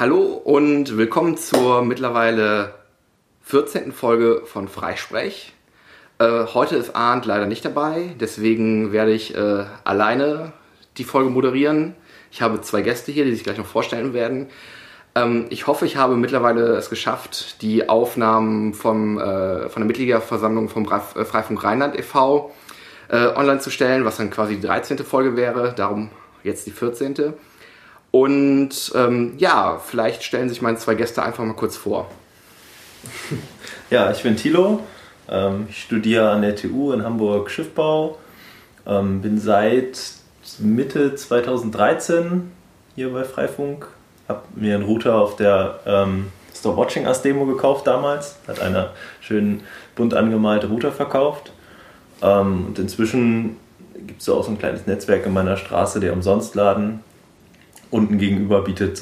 Hallo und willkommen zur mittlerweile 14. Folge von Freisprech. Heute ist Arndt leider nicht dabei, deswegen werde ich alleine die Folge moderieren. Ich habe 2 Gäste hier, die sich gleich noch vorstellen werden. Ich hoffe, ich habe mittlerweile es geschafft, die Aufnahmen von der Mitgliederversammlung vom Freifunk Rheinland e.V. Online zu stellen, was dann quasi die 13. Folge wäre, darum jetzt die 14. Und vielleicht stellen sich meine 2 Gäste einfach mal kurz vor. Ja, ich bin Thilo, ich studiere an der TU in Hamburg Schiffbau, bin seit Mitte 2013 hier bei Freifunk, habe mir einen Router auf der Stop Watching Us Demo gekauft damals, hat einer schön bunt angemalte Router verkauft und inzwischen gibt es auch so ein kleines Netzwerk in meiner Straße, der Umsonstladen. Unten gegenüber bietet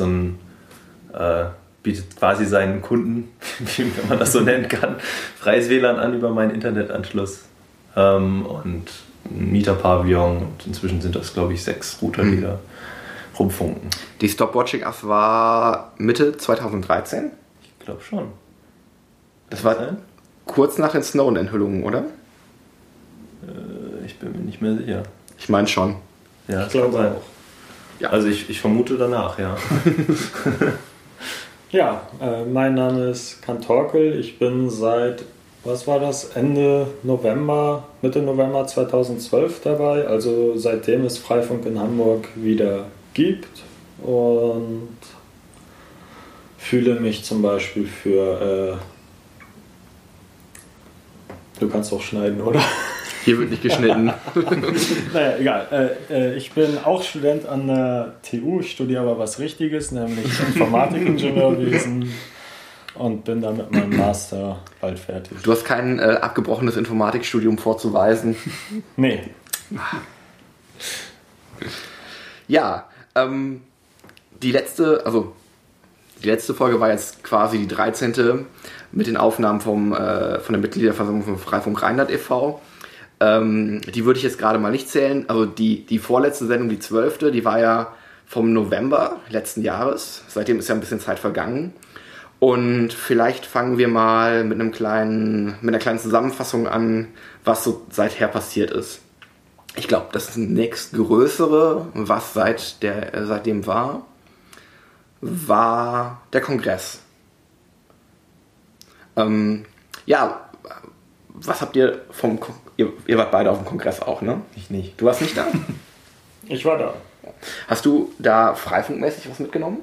quasi seinen Kunden, wenn man das so nennen kann, freies WLAN an über meinen Internetanschluss und ein Mieterpavillon und inzwischen sind das, glaube ich, 6 Router, die da rumfunken. Die Stop Watching Us war Mitte 2013? Ich glaube schon. Das war kurz nach den Snowden-Enthüllungen, oder? Ich bin mir nicht mehr sicher. Ich meine schon. Ja, ich glaube auch. Ja. Also ich vermute danach, ja. Ja, mein Name ist Kantorkel. Ich bin seit, Mitte November 2012 dabei. Also seitdem es Freifunk in Hamburg wieder gibt. Und fühle mich zum Beispiel für... du kannst auch schneiden, oder? Hier wird nicht geschnitten. Naja, egal. Ich bin auch Student an der TU, ich studiere aber was Richtiges, nämlich Informatik-Ingenieurwesen und bin dann mit meinem Master bald fertig. Du hast kein abgebrochenes Informatikstudium vorzuweisen? Nee. Ja, die letzte Folge war jetzt quasi die 13. mit den Aufnahmen von der Mitgliederversammlung von Freifunk Rheinland e.V. Die würde ich jetzt gerade mal nicht zählen. Also die vorletzte Sendung, die 12., die war ja vom November letzten Jahres. Seitdem ist ja ein bisschen Zeit vergangen. Und vielleicht fangen wir mal mit einer kleinen Zusammenfassung an, was so seither passiert ist. Ich glaube, das nächstgrößere, was seitdem war der Kongress. Was habt ihr ihr wart beide auf dem Kongress auch, ne? Ich nicht. Du warst nicht da? Ich war da. Hast du da freifunkmäßig was mitgenommen?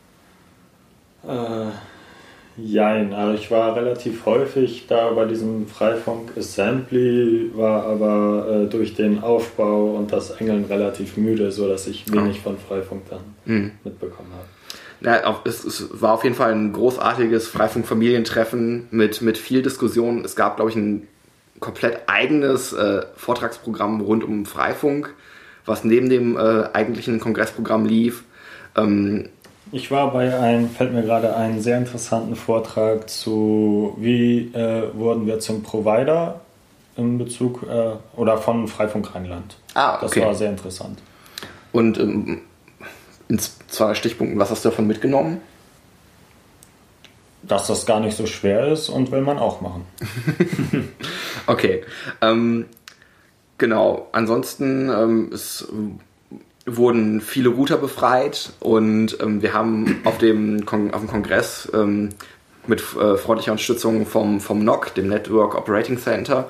Jein, also ich war relativ häufig da bei diesem Freifunk Assembly, war aber durch den Aufbau und das Engeln relativ müde, sodass ich wenig von Freifunk dann mitbekommen habe. Ja, es war auf jeden Fall ein großartiges Freifunk-Familientreffen mit viel Diskussion. Es gab, glaube ich, ein komplett eigenes Vortragsprogramm rund um Freifunk, was neben dem eigentlichen Kongressprogramm lief. Ich war bei fällt mir gerade einen sehr interessanten Vortrag zu, wie wurden wir zum Provider in Bezug oder von Freifunk Rheinland. Okay. Das war sehr interessant. Und in 2 Stichpunkten, was hast du davon mitgenommen? Dass das gar nicht so schwer ist und will man auch machen. Okay. Genau. Ansonsten es wurden viele Router befreit und wir haben auf dem Kongress mit freundlicher Unterstützung vom NOC, dem Network Operating Center,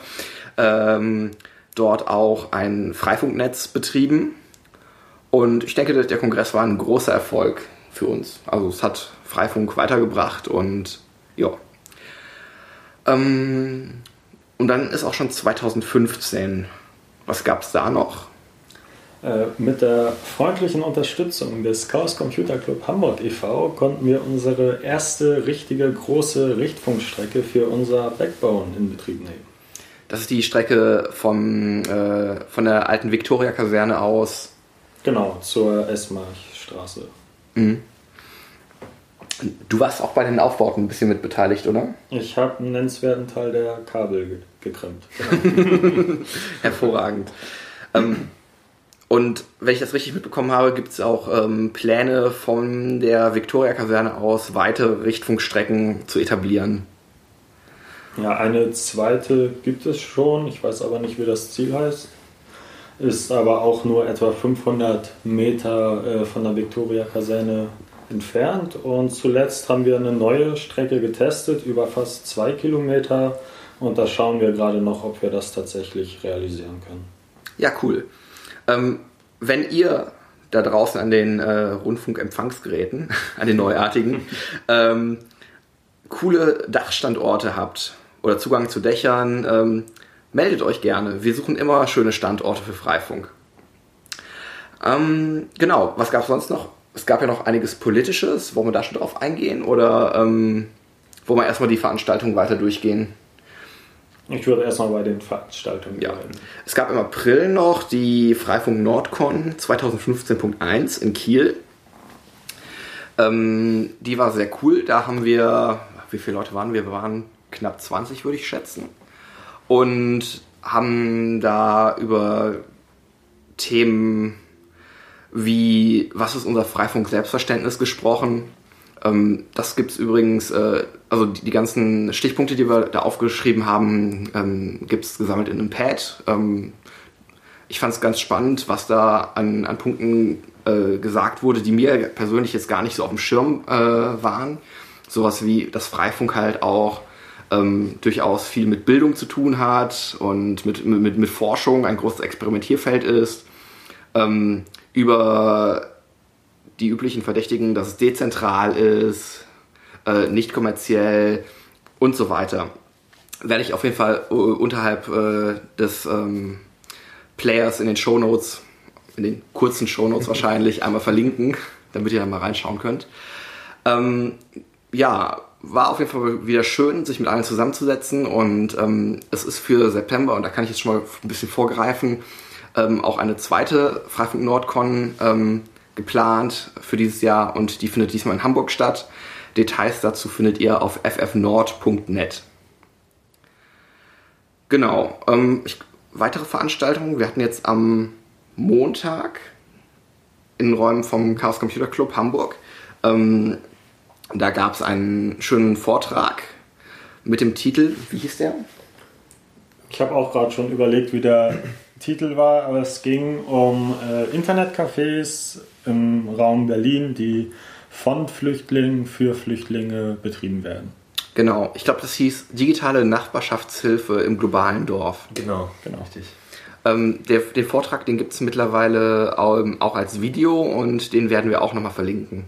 dort auch ein Freifunknetz betrieben. Und ich denke, der Kongress war ein großer Erfolg für uns. Also es hat Freifunk weitergebracht und ja. Und dann ist auch schon 2015. Was gab es da noch? Mit der freundlichen Unterstützung des Chaos Computer Club Hamburg e.V. konnten wir unsere erste richtige große Richtfunkstrecke für unser Backbone in Betrieb nehmen. Das ist die Strecke von der alten Viktoria-Kaserne aus. Genau, zur Esmarchstraße. Mhm. Du warst auch bei den Aufbauten ein bisschen mit beteiligt, oder? Ich habe einen nennenswerten Teil der Kabel gekrümmt. Hervorragend. Und wenn ich das richtig mitbekommen habe, gibt es auch Pläne von der Viktoria-Kaserne aus, weitere Richtfunkstrecken zu etablieren. Ja, eine zweite gibt es schon, ich weiß aber nicht, wie das Ziel heißt. Ist aber auch nur etwa 500 Meter von der Viktoria-Kaserne entfernt. Und zuletzt haben wir eine neue Strecke getestet, über fast 2 Kilometer. Und da schauen wir gerade noch, ob wir das tatsächlich realisieren können. Ja, cool. Wenn ihr da draußen an den Rundfunkempfangsgeräten, an den neuartigen, coole Dachstandorte habt oder Zugang zu Dächern, meldet euch gerne. Wir suchen immer schöne Standorte für Freifunk. Genau, was gab es sonst noch? Es gab ja noch einiges Politisches. Wollen wir da schon drauf eingehen oder wollen wir erstmal die Veranstaltung weiter durchgehen? Ich würde erstmal bei den Veranstaltungen bleiben. Es gab im April noch die Freifunk Nordcon 2015.1 in Kiel. Die war sehr cool. Da haben wir, wie viele Leute waren wir? Wir waren knapp 20, würde ich schätzen. Und haben da über Themen wie, was ist unser Freifunk-Selbstverständnis gesprochen. Das gibt es übrigens, also die ganzen Stichpunkte, die wir da aufgeschrieben haben, gibt es gesammelt in einem Pad. Ich fand es ganz spannend, was da an Punkten gesagt wurde, die mir persönlich jetzt gar nicht so auf dem Schirm waren. Sowas wie, dass Freifunk halt auch durchaus viel mit Bildung zu tun hat und mit Forschung ein großes Experimentierfeld ist. Über die üblichen Verdächtigen, dass es dezentral ist, nicht kommerziell und so weiter. Werde ich auf jeden Fall unterhalb des Players in den Shownotes, in den kurzen Shownotes wahrscheinlich, einmal verlinken, damit ihr da mal reinschauen könnt. Ja, war auf jeden Fall wieder schön, sich mit allen zusammenzusetzen und es ist für September, und da kann ich jetzt schon mal ein bisschen vorgreifen, auch eine zweite Freifunk Nordcon geplant für dieses Jahr und die findet diesmal in Hamburg statt. Details dazu findet ihr auf ffnord.net. Genau. Weitere Veranstaltungen. Wir hatten jetzt am Montag in den Räumen vom Chaos Computer Club Hamburg. Da gab es einen schönen Vortrag mit dem Titel, wie hieß der? Ich habe auch gerade schon überlegt, wie der Titel war, aber es ging um Internetcafés im Raum Berlin, die von Flüchtlingen für Flüchtlinge betrieben werden. Genau, ich glaube, das hieß Digitale Nachbarschaftshilfe im globalen Dorf. Genau. Richtig. Den Vortrag, den gibt es mittlerweile auch als Video und den werden wir auch nochmal verlinken.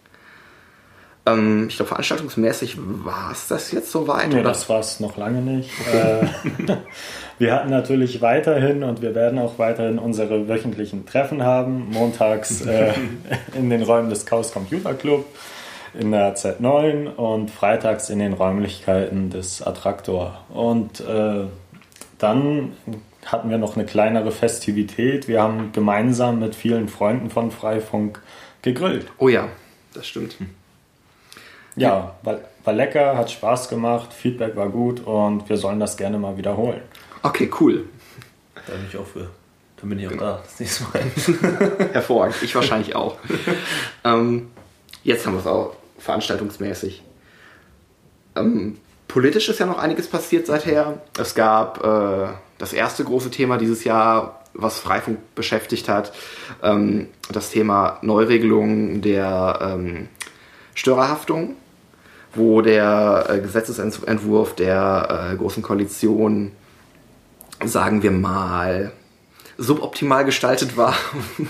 Ich glaube, veranstaltungsmäßig war es das jetzt soweit? Nee, das war es noch lange nicht. Wir hatten natürlich weiterhin und wir werden auch weiterhin unsere wöchentlichen Treffen haben. Montags in den Räumen des Chaos Computer Club in der Z9 und freitags in den Räumlichkeiten des Attraktor. Und dann hatten wir noch eine kleinere Festivität. Wir haben gemeinsam mit vielen Freunden von Freifunk gegrillt. Oh ja, das stimmt. Ja, war lecker, hat Spaß gemacht, Feedback war gut und wir sollen das gerne mal wiederholen. Okay, cool. Da bin ich auch für. Dann bin ich auch da das nächste Mal. Hervorragend, ich wahrscheinlich auch. Jetzt haben wir es auch veranstaltungsmäßig. Politisch ist ja noch einiges passiert seither. Es gab das erste große Thema dieses Jahr, was Freifunk beschäftigt hat, das Thema Neuregelung der Störerhaftung, wo der Gesetzesentwurf der Großen Koalition, sagen wir mal, suboptimal gestaltet war.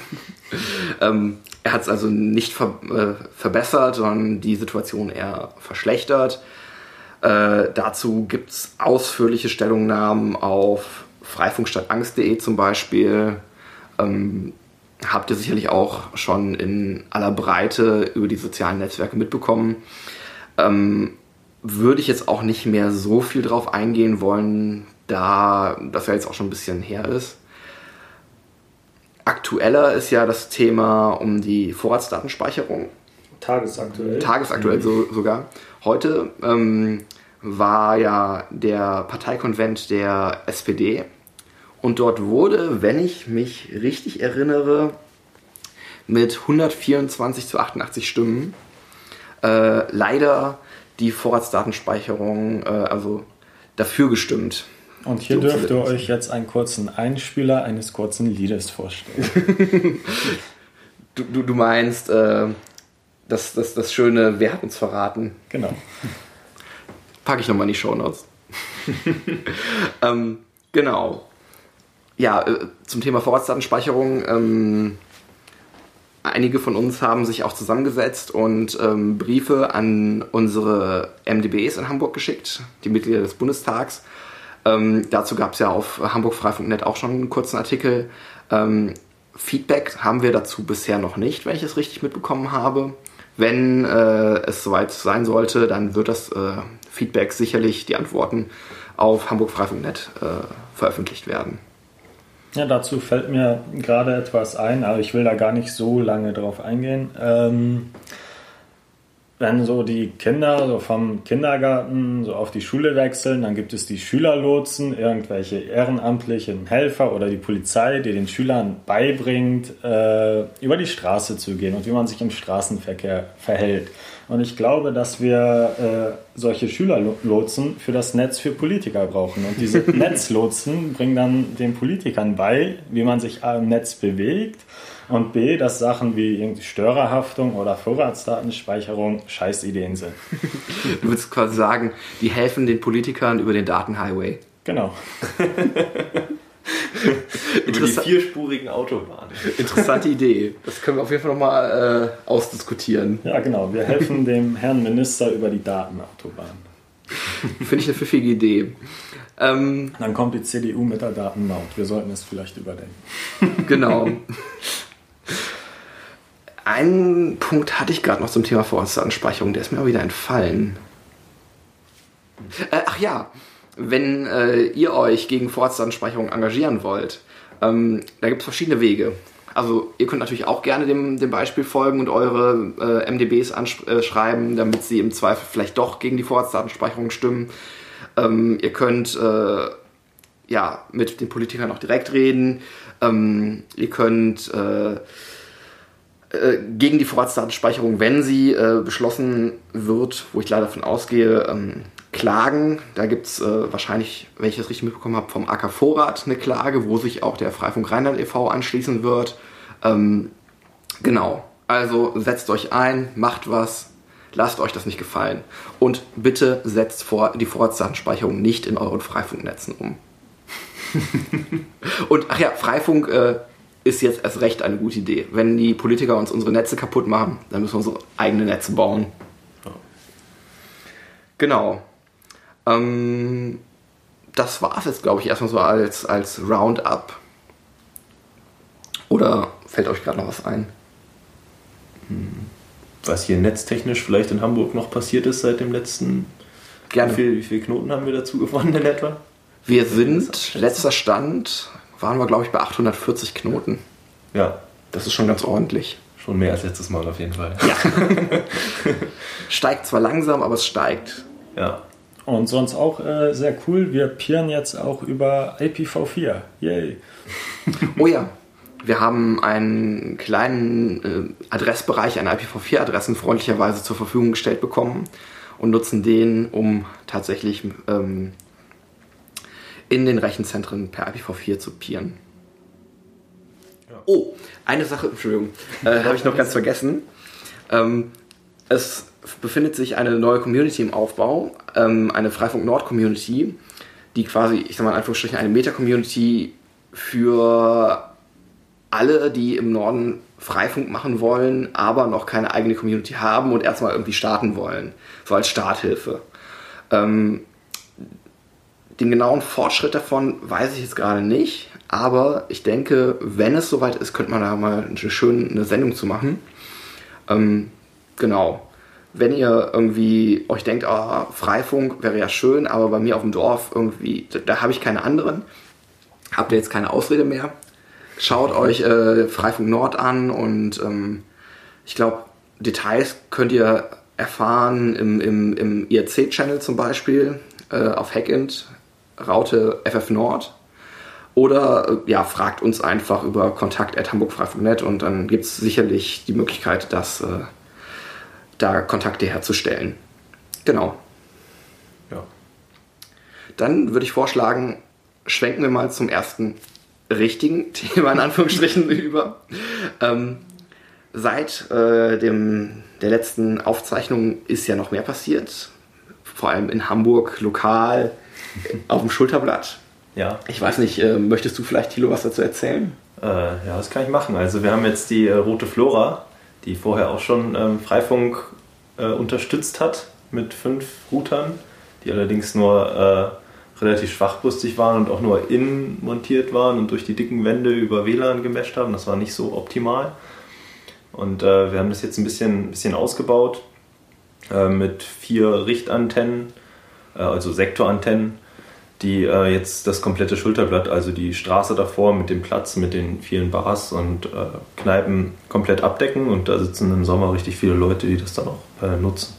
Er hat es also nicht verbessert, sondern die Situation eher verschlechtert. Dazu gibt es ausführliche Stellungnahmen auf freifunkstattangst.de zum Beispiel. Habt ihr sicherlich auch schon in aller Breite über die sozialen Netzwerke mitbekommen. Würde ich jetzt auch nicht mehr so viel drauf eingehen wollen, da das ja jetzt auch schon ein bisschen her ist. Aktueller ist ja das Thema um die Vorratsdatenspeicherung. Tagesaktuell. Tagesaktuell sogar. Heute war ja der Parteikonvent der SPD Und dort wurde, wenn ich mich richtig erinnere, mit 124 zu 88 Stimmen leider die Vorratsdatenspeicherung also dafür gestimmt. Und hier dürft ihr euch jetzt einen kurzen Einspieler eines kurzen Liedes vorstellen. Du meinst das schöne Wer hat uns verraten? Genau. Packe ich nochmal in die Shownotes. Genau. Ja, zum Thema Vorratsdatenspeicherung. Einige von uns haben sich auch zusammengesetzt und Briefe an unsere MdBs in Hamburg geschickt, die Mitglieder des Bundestags. Dazu gab es ja auf hamburgfreifunk.net auch schon einen kurzen Artikel. Feedback haben wir dazu bisher noch nicht, wenn ich es richtig mitbekommen habe. Wenn es soweit sein sollte, dann wird das Feedback sicherlich, die Antworten auf hamburgfreifunk.net veröffentlicht werden. Ja, dazu fällt mir gerade etwas ein, aber ich will da gar nicht so lange drauf eingehen. Wenn so die Kinder so vom Kindergarten so auf die Schule wechseln, dann gibt es die Schülerlotsen, irgendwelche ehrenamtlichen Helfer oder die Polizei, die den Schülern beibringt, über die Straße zu gehen und wie man sich im Straßenverkehr verhält. Und ich glaube, dass wir solche Schülerlotsen für das Netz für Politiker brauchen. Und diese Netzlotsen bringen dann den Politikern bei, wie man sich A im Netz bewegt und B, dass Sachen wie irgendwie Störerhaftung oder Vorratsdatenspeicherung Scheißideen sind. Du würdest quasi sagen, die helfen den Politikern über den Datenhighway. Genau. Über die vierspurigen Autobahnen. Interessante Idee. Das können wir auf jeden Fall nochmal ausdiskutieren. Ja, genau. Wir helfen dem Herrn Minister über die Datenautobahn. Finde ich eine pfiffige Idee. Dann kommt die CDU mit der Datenmaut. Wir sollten es vielleicht überdenken. Genau. Einen Punkt hatte ich gerade noch zum Thema Vorratsdatenspeicherung. Der ist mir auch wieder entfallen. Ach ja. Wenn ihr euch gegen Vorratsdatenspeicherung engagieren wollt, da gibt es verschiedene Wege. Also ihr könnt natürlich auch gerne dem Beispiel folgen und eure MdBs anschreiben, damit sie im Zweifel vielleicht doch gegen die Vorratsdatenspeicherung stimmen. Ihr könnt mit den Politikern auch direkt reden. Ihr könnt gegen die Vorratsdatenspeicherung, wenn sie beschlossen wird, wo ich leider davon ausgehe, klagen. Da gibt es wahrscheinlich, wenn ich das richtig mitbekommen habe, vom AK Vorrat eine Klage, wo sich auch der Freifunk Rheinland e.V. anschließen wird. Genau. Also setzt euch ein, macht was, lasst euch das nicht gefallen. Und bitte setzt die Vorratsdatenspeicherung nicht in euren Freifunknetzen um. Und ach ja, Freifunk ist jetzt erst recht eine gute Idee. Wenn die Politiker uns unsere Netze kaputt machen, dann müssen wir unsere eigenen Netze bauen. Genau. Das war es jetzt, glaube ich, erstmal so als Roundup. Oder fällt euch gerade noch was ein? Was hier netztechnisch vielleicht in Hamburg noch passiert ist seit dem letzten... Gerne. Wie viele Knoten haben wir dazu gewonnen in etwa? Wir sind, letzter Stand, waren wir, glaube ich, bei 840 Knoten. Ja. Das ist schon ganz ordentlich. Schon mehr als letztes Mal auf jeden Fall. Ja. Steigt zwar langsam, aber es steigt. Ja. Und sonst auch sehr cool, wir peeren jetzt auch über IPv4. Yay! Oh ja, wir haben einen kleinen Adressbereich an IPv4-Adressen freundlicherweise zur Verfügung gestellt bekommen und nutzen den, um tatsächlich in den Rechenzentren per IPv4 zu peeren. Ja. Oh, eine Sache, Entschuldigung, habe ich noch ganz vergessen. Es befindet sich eine neue Community im Aufbau, eine Freifunk Nord Community, die quasi, ich sag mal in Anführungsstrichen, eine Meta-Community für alle, die im Norden Freifunk machen wollen, aber noch keine eigene Community haben und erstmal irgendwie starten wollen, so als Starthilfe. Den genauen Fortschritt davon weiß ich jetzt gerade nicht, aber ich denke, wenn es soweit ist, könnte man da mal eine Sendung zu machen. Genau. Wenn ihr irgendwie euch denkt, Freifunk wäre ja schön, aber bei mir auf dem Dorf irgendwie, da habe ich keine anderen, habt ihr jetzt keine Ausrede mehr. Schaut euch Freifunk Nord an und ich glaube, Details könnt ihr erfahren im IRC-Channel zum Beispiel, auf Hackint, Raute FF Nord. Oder fragt uns einfach über kontakt@hamburgfreifunk.net und dann gibt es sicherlich die Möglichkeit, da Kontakte herzustellen. Genau. Ja. Dann würde ich vorschlagen, schwenken wir mal zum ersten richtigen Thema in Anführungsstrichen über. Seit der letzten Aufzeichnung ist ja noch mehr passiert. Vor allem in Hamburg, lokal, auf dem Schulterblatt. Ja. Ich weiß nicht, möchtest du vielleicht, Thilo, was dazu erzählen? Ja, das kann ich machen. Also wir haben jetzt die Rote Flora, die vorher auch schon Freifunk unterstützt hat mit 5 Routern, die allerdings nur relativ schwachbrüstig waren und auch nur innen montiert waren und durch die dicken Wände über WLAN gemescht haben. Das war nicht so optimal. Und wir haben das jetzt ein bisschen ausgebaut mit 4 Richtantennen, also Sektorantennen, die jetzt das komplette Schulterblatt, also die Straße davor mit dem Platz, mit den vielen Bars und Kneipen komplett abdecken. Und da sitzen im Sommer richtig viele Leute, die das dann auch nutzen.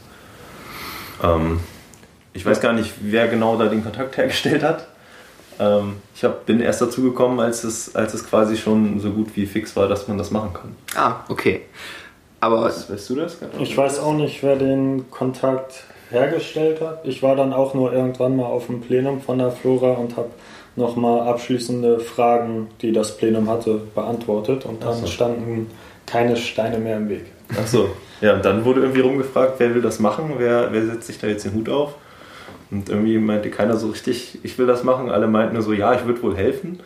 Ich weiß gar nicht, wer genau da den Kontakt hergestellt hat. Ich bin erst dazu gekommen, als es quasi schon so gut wie fix war, dass man das machen kann. Ah, okay. Aber Weißt du das? Ich weiß auch nicht, wer den Kontakt hergestellt hat. Ich war dann auch nur irgendwann mal auf dem Plenum von der Flora und habe nochmal abschließende Fragen, die das Plenum hatte, beantwortet. Und dann standen keine Steine mehr im Weg. Ach so. Ja, und dann wurde irgendwie rumgefragt, wer will das machen, wer setzt sich da jetzt den Hut auf? Und irgendwie meinte keiner so richtig, ich will das machen. Alle meinten nur so, ja, ich würde wohl helfen.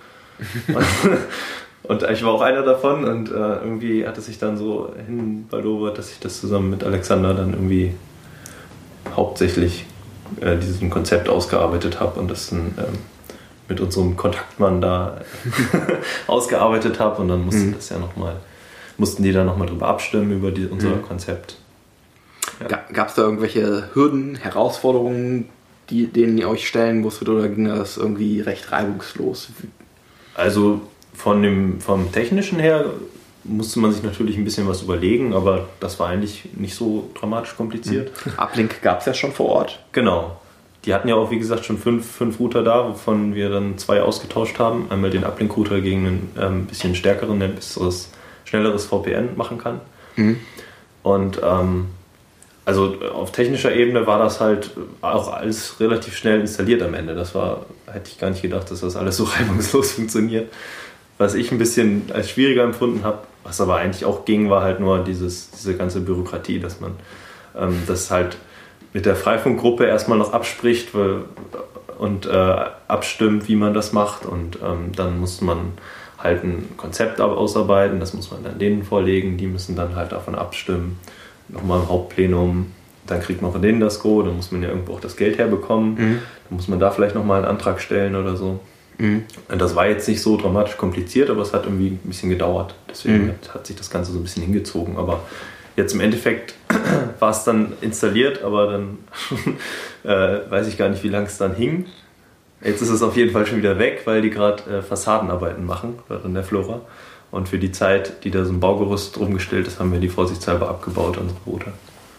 Und ich war auch einer davon und irgendwie hat es sich dann so hinballobert, dass ich das zusammen mit Alexander dann irgendwie hauptsächlich diesen Konzept ausgearbeitet habe und das dann mit unserem Kontaktmann da ausgearbeitet habe und dann mussten die dann nochmal drüber abstimmen über unser Konzept. Ja. Gab es da irgendwelche Hürden, Herausforderungen, denen ihr euch stellen musstet, oder ging das irgendwie recht reibungslos? Also vom Technischen her musste man sich natürlich ein bisschen was überlegen, aber das war eigentlich nicht so dramatisch kompliziert. Uplink gab es ja schon vor Ort. Genau. Die hatten ja auch, wie gesagt, schon 5 Router da, wovon wir dann 2 ausgetauscht haben. Einmal den Uplink-Router gegen einen bisschen stärkeren, ein besseres, schnelleres VPN machen kann. Und also auf technischer Ebene war das halt auch alles relativ schnell installiert am Ende. Hätte ich gar nicht gedacht, dass das alles so reibungslos funktioniert. Was ich ein bisschen als schwieriger empfunden habe, was aber eigentlich auch ging, war halt nur diese ganze Bürokratie, dass man das halt mit der Freifunkgruppe erstmal noch abspricht und abstimmt, wie man das macht. Und dann muss man halt ein Konzept ausarbeiten, das muss man dann denen vorlegen, die müssen dann halt davon abstimmen. Nochmal im Hauptplenum, dann kriegt man von denen das Go, dann muss man ja irgendwo auch das Geld herbekommen, dann muss man da vielleicht nochmal einen Antrag stellen oder so. Das war jetzt nicht so dramatisch kompliziert, aber es hat irgendwie ein bisschen gedauert. Deswegen hat sich das Ganze so ein bisschen hingezogen. Aber jetzt im Endeffekt war es dann installiert, aber dann weiß ich gar nicht, wie lange es dann hing. Jetzt ist es auf jeden Fall schon wieder weg, weil die gerade Fassadenarbeiten machen, dort in der Flora. Und für die Zeit, die da so ein Baugerüst drum gestellt ist, haben wir die vorsichtshalber abgebaut, unsere Boote.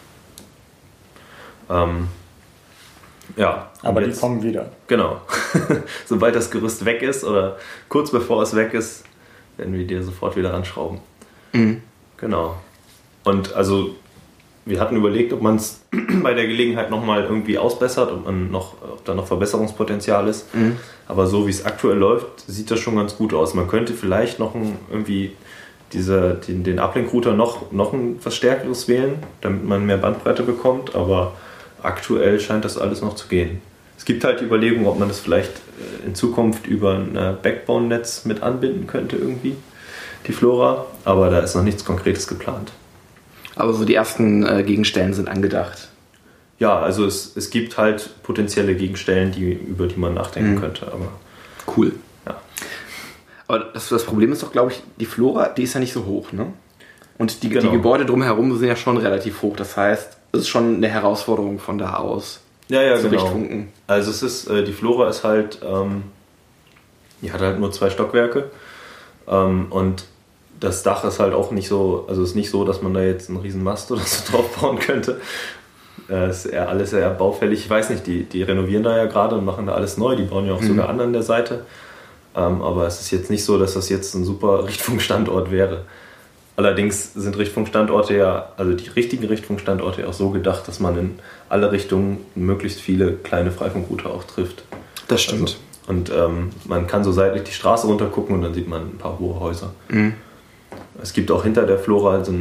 Ja. Aber die kommen wieder. Genau. Sobald das Gerüst weg ist oder kurz bevor es weg ist, werden wir die sofort wieder ranschrauben. Genau. Und also wir hatten überlegt, ob man es bei der Gelegenheit nochmal irgendwie ausbessert, ob da noch Verbesserungspotenzial ist. Aber so wie es aktuell läuft, sieht das schon ganz gut aus. Man könnte vielleicht noch irgendwie den Uplink-Router noch was Stärkeres wählen, damit man mehr Bandbreite bekommt, aber aktuell scheint das alles noch zu gehen. Es gibt halt die Überlegung, ob man das vielleicht in Zukunft über ein Backbone-Netz mit anbinden könnte irgendwie, die Flora, aber da ist noch nichts Konkretes geplant. Aber so die ersten Gegenstellen sind angedacht. Ja, also es gibt halt potenzielle Gegenstellen, über die man nachdenken könnte. Aber cool. Ja. Aber das Problem ist doch, glaube ich, die Flora, die ist ja nicht so hoch, ne? Und die Gebäude drumherum sind ja schon relativ hoch. Das heißt, es ist schon eine Herausforderung von da aus. Ja, zu genau. Richtfunken. Also die Flora ist halt, die hat halt nur 2 Stockwerke. Und das Dach ist halt auch nicht so, also es ist nicht so, dass man da jetzt einen riesen Mast oder so drauf bauen könnte. Es ist alles eher baufällig. Ich weiß nicht, die renovieren da ja gerade und machen da alles neu. Die bauen ja auch sogar an der Seite. Aber es ist jetzt nicht so, dass das jetzt ein super Richtfunkstandort wäre. Allerdings sind Richtfunkstandorte ja, also die richtigen Richtfunkstandorte ja auch so gedacht, dass man in alle Richtungen möglichst viele kleine Freifunkrouter auch trifft. Das stimmt. Und man kann so seitlich die Straße runter gucken und dann sieht man ein paar hohe Häuser. Es gibt auch hinter der Flora so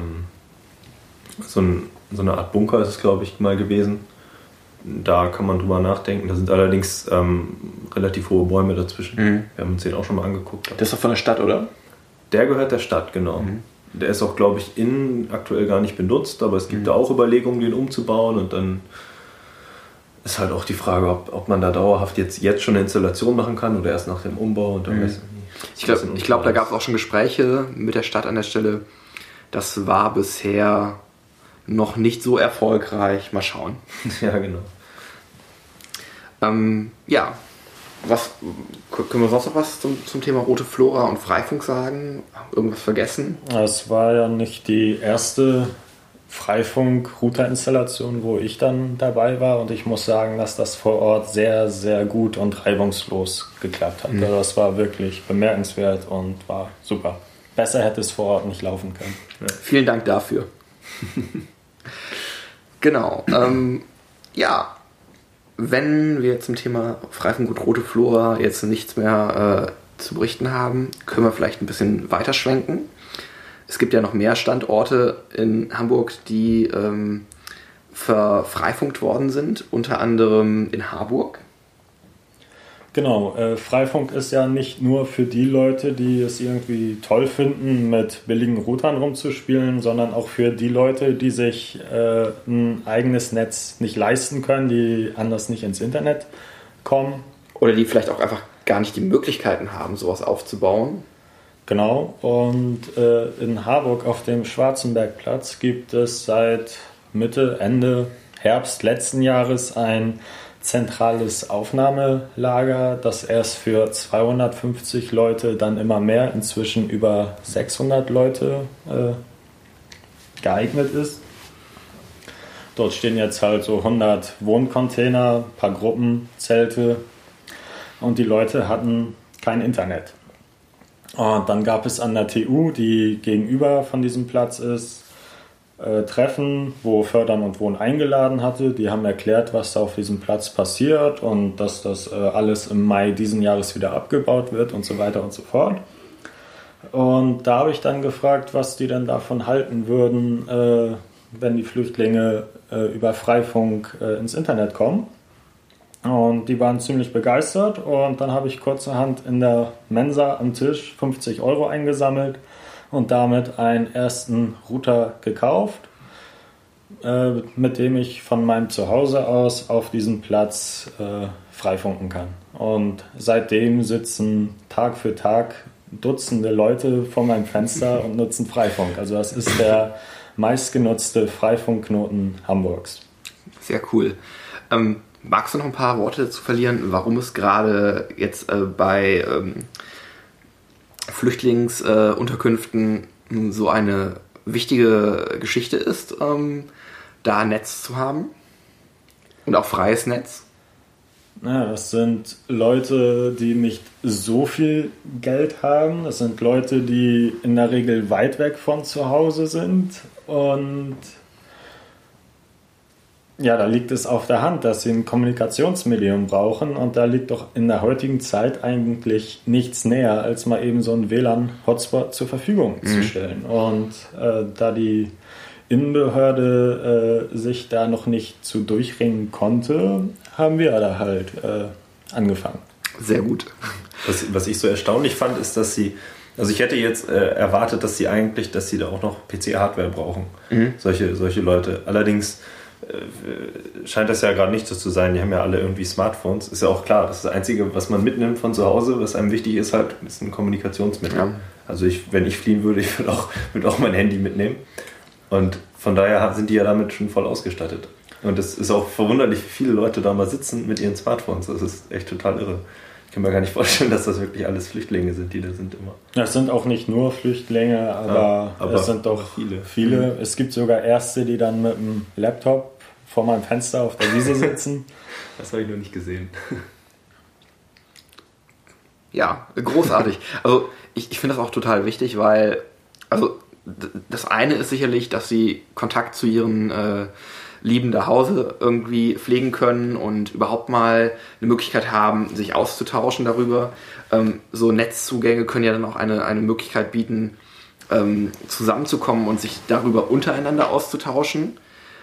eine Art Bunker, ist es glaube ich mal gewesen. Da kann man drüber nachdenken. Da sind allerdings relativ hohe Bäume dazwischen. Wir haben uns den auch schon mal angeguckt. Das ist doch von der Stadt, oder? Der gehört der Stadt, genau. Der ist auch, glaube ich, innen aktuell gar nicht benutzt, aber es gibt da auch Überlegungen, den umzubauen, und dann ist halt auch die Frage, ob man da dauerhaft jetzt schon eine Installation machen kann oder erst nach dem Umbau. Und dann ich glaube, da gab es auch schon Gespräche mit der Stadt an der Stelle. Das war bisher noch nicht so erfolgreich. Mal schauen. Ja, genau. Ja, was können wir sonst noch was zum Thema Rote Flora und Freifunk sagen? Irgendwas vergessen? Es war ja nicht die erste Freifunk-Router-Installation, wo ich dann dabei war, und ich muss sagen, dass das vor Ort sehr, sehr gut und reibungslos geklappt hat. Also das war wirklich bemerkenswert und war super. Besser hätte es vor Ort nicht laufen können. Ja. Vielen Dank dafür. Genau. Ja, wenn wir zum Thema Freifunk und Rote Flora jetzt nichts mehr zu berichten haben, können wir vielleicht ein bisschen weiterschwenken. Es gibt ja noch mehr Standorte in Hamburg, die verfreifunkt worden sind, unter anderem in Harburg. Genau, Freifunk ist ja nicht nur für die Leute, die es irgendwie toll finden, mit billigen Routern rumzuspielen, sondern auch für die Leute, die sich ein eigenes Netz nicht leisten können, die anders nicht ins Internet kommen. Oder die vielleicht auch einfach gar nicht die Möglichkeiten haben, sowas aufzubauen. Genau, und in Harburg auf dem Schwarzenbergplatz gibt es seit Ende Herbst letzten Jahres ein zentrales Aufnahmelager, das erst für 250 Leute, dann immer mehr, inzwischen über 600 Leute geeignet ist. Dort stehen jetzt halt so 100 Wohncontainer, ein paar Gruppenzelte, und die Leute hatten kein Internet. Und dann gab es an der TU, die gegenüber von diesem Platz ist, Treffen, wo Fördern und Wohnen eingeladen hatte. Die haben erklärt, was da auf diesem Platz passiert und dass das alles im Mai diesen Jahres wieder abgebaut wird und so weiter und so fort. Und da habe ich dann gefragt, was die denn davon halten würden, wenn die Flüchtlinge über Freifunk ins Internet kommen. Und die waren ziemlich begeistert, und dann habe ich kurzerhand in der Mensa am Tisch 50 € eingesammelt und damit einen ersten Router gekauft, mit dem ich von meinem Zuhause aus auf diesem Platz freifunken kann. Und seitdem sitzen Tag für Tag Dutzende Leute vor meinem Fenster und nutzen Freifunk. Also das ist der meistgenutzte Freifunkknoten Hamburgs. Sehr cool. Magst du noch ein paar Worte dazu verlieren, warum es gerade jetzt bei Flüchtlingsunterkünften so eine wichtige Geschichte ist, da ein Netz zu haben und auch freies Netz? Ja, das sind Leute, die nicht so viel Geld haben. Das sind Leute, die in der Regel weit weg von zu Hause sind, und ja, da liegt es auf der Hand, dass sie ein Kommunikationsmedium brauchen, und da liegt doch in der heutigen Zeit eigentlich nichts näher, als mal eben so einen WLAN-Hotspot zur Verfügung zu stellen. Und da die Innenbehörde sich da noch nicht zu durchringen konnte, haben wir da halt angefangen. Sehr gut. Was ich so erstaunlich fand, ist, dass sie, also ich hätte jetzt erwartet, dass sie da auch noch PC-Hardware brauchen, solche Leute. Allerdings scheint das ja gerade nicht so zu sein. Die haben ja alle irgendwie Smartphones. Ist ja auch klar, das ist das Einzige, was man mitnimmt von zu Hause, was einem wichtig ist, halt, ist ein Kommunikationsmittel. Ja. Also wenn ich fliehen würde, ich würde auch mein Handy mitnehmen. Und von daher sind die ja damit schon voll ausgestattet. Und es ist auch verwunderlich, wie viele Leute da mal sitzen mit ihren Smartphones. Das ist echt total irre. Ich kann mir gar nicht vorstellen, dass das wirklich alles Flüchtlinge sind, die da sind immer. Ja, es sind auch nicht nur Flüchtlinge, aber es sind doch viele. Mhm. Es gibt sogar Erste, die dann mit einem Laptop vor meinem Fenster auf der Wiese sitzen. Das habe ich noch nicht gesehen. Ja, großartig. Also ich finde das auch total wichtig, weil also das eine ist sicherlich, dass sie Kontakt zu ihren Lieben nach Hause irgendwie pflegen können und überhaupt mal eine Möglichkeit haben, sich auszutauschen darüber. So Netzzugänge können ja dann auch eine Möglichkeit bieten, zusammenzukommen und sich darüber untereinander auszutauschen.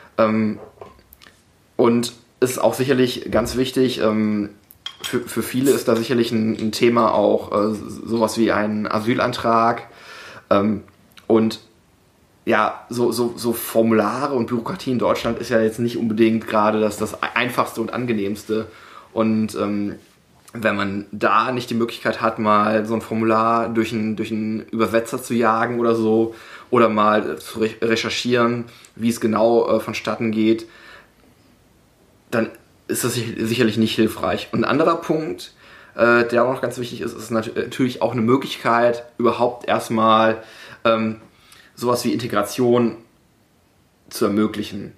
Und es ist auch sicherlich ganz wichtig, für viele ist da sicherlich ein Thema auch sowas wie ein Asylantrag und ja, so Formulare und Bürokratie in Deutschland ist ja jetzt nicht unbedingt gerade das Einfachste und Angenehmste. Und wenn man da nicht die Möglichkeit hat, mal so ein Formular durch einen Übersetzer zu jagen oder so, oder mal zu recherchieren, wie es genau vonstatten geht, dann ist das sicherlich nicht hilfreich. Und ein anderer Punkt, der auch noch ganz wichtig ist natürlich auch eine Möglichkeit, überhaupt erstmal sowas wie Integration zu ermöglichen.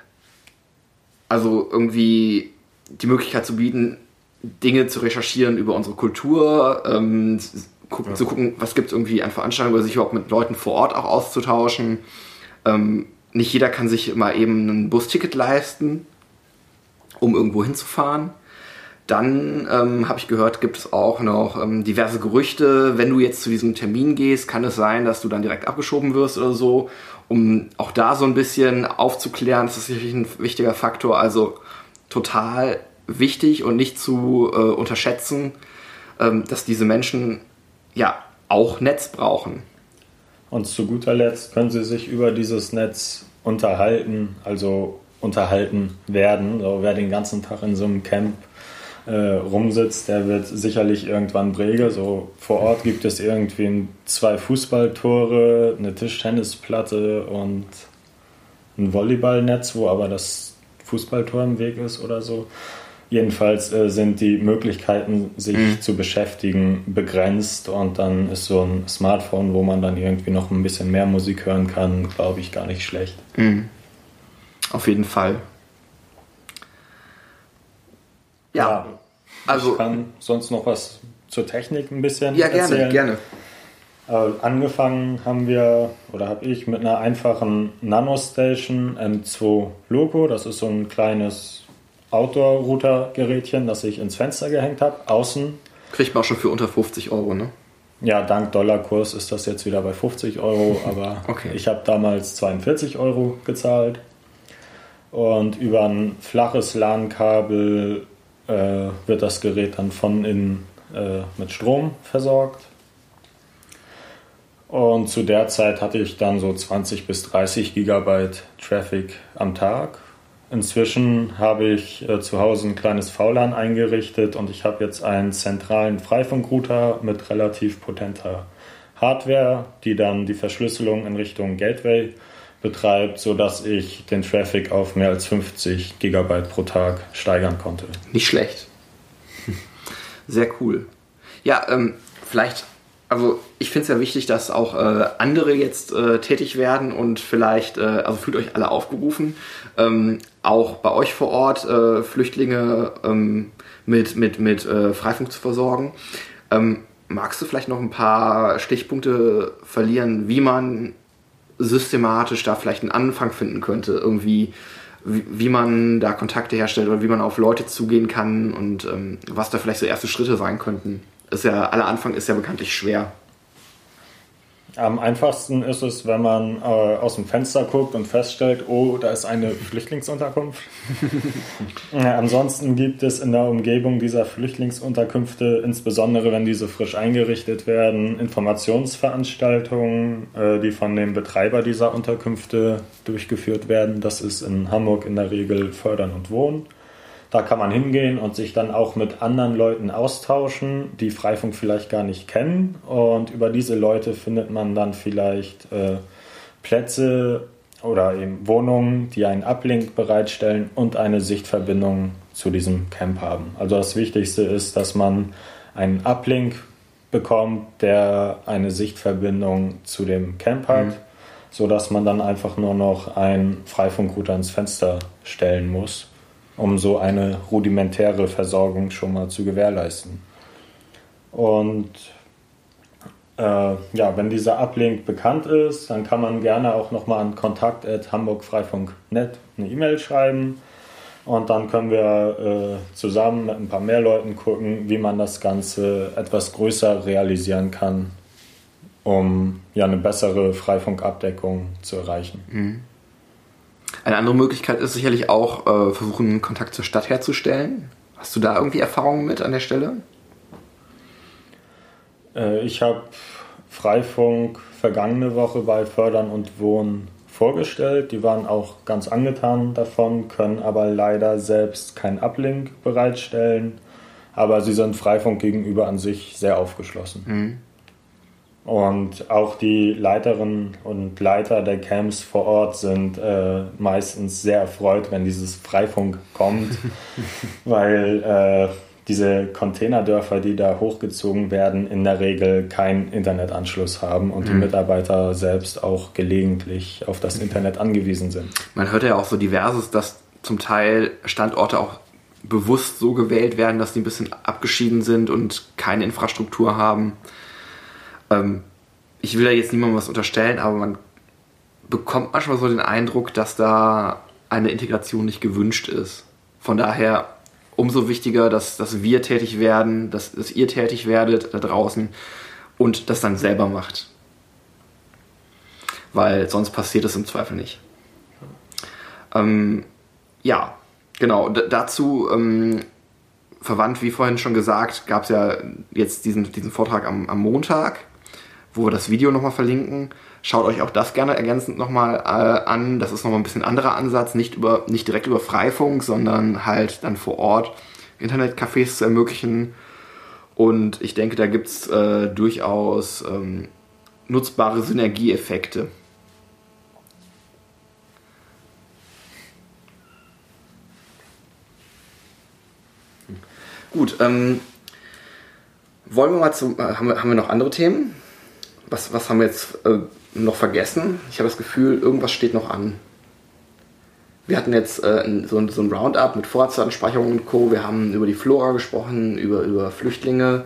Also irgendwie die Möglichkeit zu bieten, Dinge zu recherchieren über unsere Kultur, zu gucken, was gibt es irgendwie an Veranstaltungen, oder sich überhaupt mit Leuten vor Ort auch auszutauschen. Nicht jeder kann sich mal eben ein Busticket leisten, um irgendwo hinzufahren. Dann habe ich gehört, gibt es auch noch diverse Gerüchte. Wenn du jetzt zu diesem Termin gehst, kann es sein, dass du dann direkt abgeschoben wirst oder so. Um auch da so ein bisschen aufzuklären, das ist sicherlich ein wichtiger Faktor. Also total wichtig und nicht zu unterschätzen, dass diese Menschen ja auch Netz brauchen. Und zu guter Letzt können sie sich über dieses Netz unterhalten, also unterhalten werden. So, wer den ganzen Tag in so einem Camp rumsitzt, der wird sicherlich irgendwann Brege. So vor Ort gibt es irgendwie 2 Fußballtore, eine Tischtennisplatte und ein Volleyballnetz, wo aber das Fußballtor im Weg ist oder so. Jedenfalls sind die Möglichkeiten, sich zu beschäftigen, begrenzt, und dann ist so ein Smartphone, wo man dann irgendwie noch ein bisschen mehr Musik hören kann, glaube ich, gar nicht schlecht. Mhm. Auf jeden Fall. Ja, also ich kann sonst noch was zur Technik ein bisschen erzählen. Gerne. Angefangen habe ich mit einer einfachen Nanostation M2 Loco. Das ist so ein kleines Outdoor-Router-Gerätchen, das ich ins Fenster gehängt habe, außen. Kriegt man auch schon für unter 50 Euro, ne? Ja, dank Dollarkurs ist das jetzt wieder bei 50 Euro, aber okay. Ich habe damals 42 Euro gezahlt. Und über ein flaches LAN-Kabel wird das Gerät dann von innen mit Strom versorgt. Und zu der Zeit hatte ich dann so 20 bis 30 Gigabyte Traffic am Tag. Inzwischen habe ich zu Hause ein kleines VLAN eingerichtet und ich habe jetzt einen zentralen Freifunkrouter mit relativ potenter Hardware, die dann die Verschlüsselung in Richtung Gateway betreibt, sodass ich den Traffic auf mehr als 50 Gigabyte pro Tag steigern konnte. Nicht schlecht. Sehr cool. Ja, vielleicht, also ich finde es ja wichtig, dass auch andere jetzt tätig werden und vielleicht, also fühlt euch alle aufgerufen, auch bei euch vor Ort Flüchtlinge mit Freifunk zu versorgen. Magst du vielleicht noch ein paar Stichpunkte verlieren, wie man systematisch da vielleicht einen Anfang finden könnte, irgendwie, wie man da Kontakte herstellt oder wie man auf Leute zugehen kann und was da vielleicht so erste Schritte sein könnten? Aller Anfang ist ja bekanntlich schwer. Am einfachsten ist es, wenn man aus dem Fenster guckt und feststellt, oh, da ist eine Flüchtlingsunterkunft. Ansonsten gibt es in der Umgebung dieser Flüchtlingsunterkünfte, insbesondere wenn diese frisch eingerichtet werden, Informationsveranstaltungen, die von dem Betreiber dieser Unterkünfte durchgeführt werden. Das ist in Hamburg in der Regel Fördern und Wohnen. Da kann man hingehen und sich dann auch mit anderen Leuten austauschen, die Freifunk vielleicht gar nicht kennen. Und über diese Leute findet man dann vielleicht Plätze oder eben Wohnungen, die einen Uplink bereitstellen und eine Sichtverbindung zu diesem Camp haben. Also das Wichtigste ist, dass man einen Uplink bekommt, der eine Sichtverbindung zu dem Camp hat, sodass man dann einfach nur noch einen Freifunkrouter ins Fenster stellen muss, um so eine rudimentäre Versorgung schon mal zu gewährleisten. Und wenn dieser Uplink bekannt ist, dann kann man gerne auch nochmal an kontakt@hamburgfreifunk.net eine E-Mail schreiben. Und dann können wir zusammen mit ein paar mehr Leuten gucken, wie man das Ganze etwas größer realisieren kann, um eine bessere Freifunkabdeckung zu erreichen. Mhm. Eine andere Möglichkeit ist sicherlich auch, versuchen, Kontakt zur Stadt herzustellen. Hast du da irgendwie Erfahrungen mit an der Stelle? Ich habe Freifunk vergangene Woche bei Fördern und Wohnen vorgestellt. Die waren auch ganz angetan davon, können aber leider selbst keinen Uplink bereitstellen. Aber sie sind Freifunk gegenüber an sich sehr aufgeschlossen. Mhm. Und auch die Leiterinnen und Leiter der Camps vor Ort sind meistens sehr erfreut, wenn dieses Freifunk kommt, weil diese Containerdörfer, die da hochgezogen werden, in der Regel keinen Internetanschluss haben und die Mitarbeiter selbst auch gelegentlich auf das Internet angewiesen sind. Man hört ja auch so Diverses, dass zum Teil Standorte auch bewusst so gewählt werden, dass die ein bisschen abgeschieden sind und keine Infrastruktur haben. Ich will da jetzt niemandem was unterstellen, aber man bekommt manchmal so den Eindruck, dass da eine Integration nicht gewünscht ist. Von daher umso wichtiger, dass wir tätig werden, dass ihr tätig werdet da draußen und das dann selber macht. Weil sonst passiert es im Zweifel nicht. Ja, genau. Dazu, verwandt, wie vorhin schon gesagt, gab es ja jetzt diesen Vortrag am Montag, wo wir das Video nochmal verlinken. Schaut euch auch das gerne ergänzend nochmal an. Das ist nochmal ein bisschen anderer Ansatz, nicht direkt über Freifunk, sondern halt dann vor Ort Internetcafés zu ermöglichen. Und ich denke, da gibt es durchaus nutzbare Synergieeffekte. Gut, wollen wir mal haben wir noch andere Themen? Was haben wir jetzt noch vergessen? Ich habe das Gefühl, irgendwas steht noch an. Wir hatten jetzt so ein Roundup mit Vorratsdatenspeicherung und Co. Wir haben über die Flora gesprochen, über Flüchtlinge.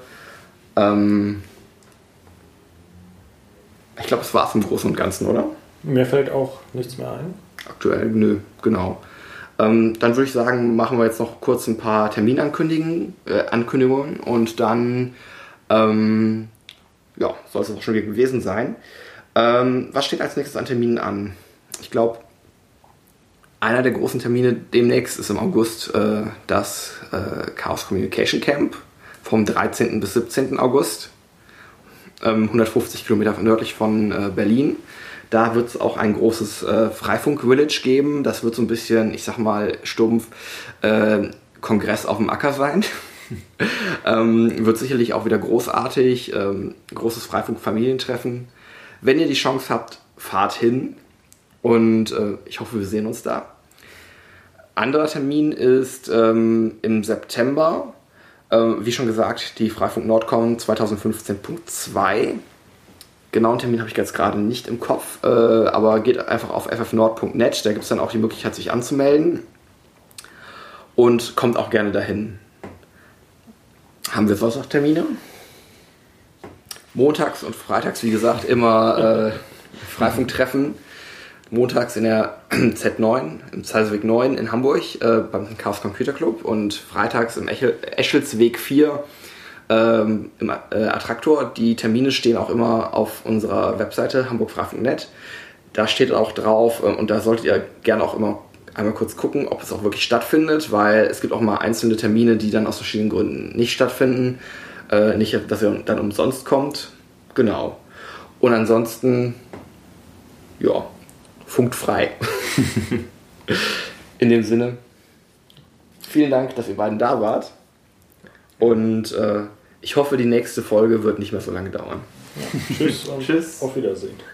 Ich glaube, das war es im Großen und Ganzen, oder? Mir fällt auch nichts mehr ein. Aktuell, nö, genau. Dann würde ich sagen, machen wir jetzt noch kurz ein paar Terminankündigungen und dann soll es auch schon gewesen sein. Was steht als nächstes an Terminen an? Ich glaube, einer der großen Termine demnächst ist im August das Chaos Communication Camp vom 13. bis 17. August. 150 Kilometer nördlich von Berlin. Da wird es auch ein großes Freifunk-Village geben. Das wird so ein bisschen, ich sag mal, stumpf Kongress auf dem Acker sein. Wird sicherlich auch wieder großartig. Großes Freifunk-Familientreffen. Wenn ihr die Chance habt, fahrt hin. Und ich hoffe, wir sehen uns da. Anderer Termin ist im September. Wie schon gesagt, die Freifunk Nordcon 2015.2. Genauen Termin habe ich jetzt gerade nicht im Kopf, aber geht einfach auf ffnord.net, da gibt es dann auch die Möglichkeit, sich anzumelden und kommt auch gerne dahin. Haben wir sonst noch Termine? Montags und freitags, wie gesagt, immer Freifunk-Treffen. Montags in der Z9, im Zeisweg 9 in Hamburg, beim Chaos Computer Club und freitags im Eschelsweg 4 im Attraktor. Die Termine stehen auch immer auf unserer Webseite hamburgfreifunk.net. Da steht auch drauf und da solltet ihr gerne auch immer einmal kurz gucken, ob es auch wirklich stattfindet, weil es gibt auch mal einzelne Termine, die dann aus verschiedenen Gründen nicht stattfinden. Nicht, dass ihr dann umsonst kommt. Genau. Und ansonsten, ja, funkt frei. In dem Sinne, vielen Dank, dass ihr beiden da wart. Und ich hoffe, die nächste Folge wird nicht mehr so lange dauern. Ja, tschüss und Tschüss. Auf Wiedersehen.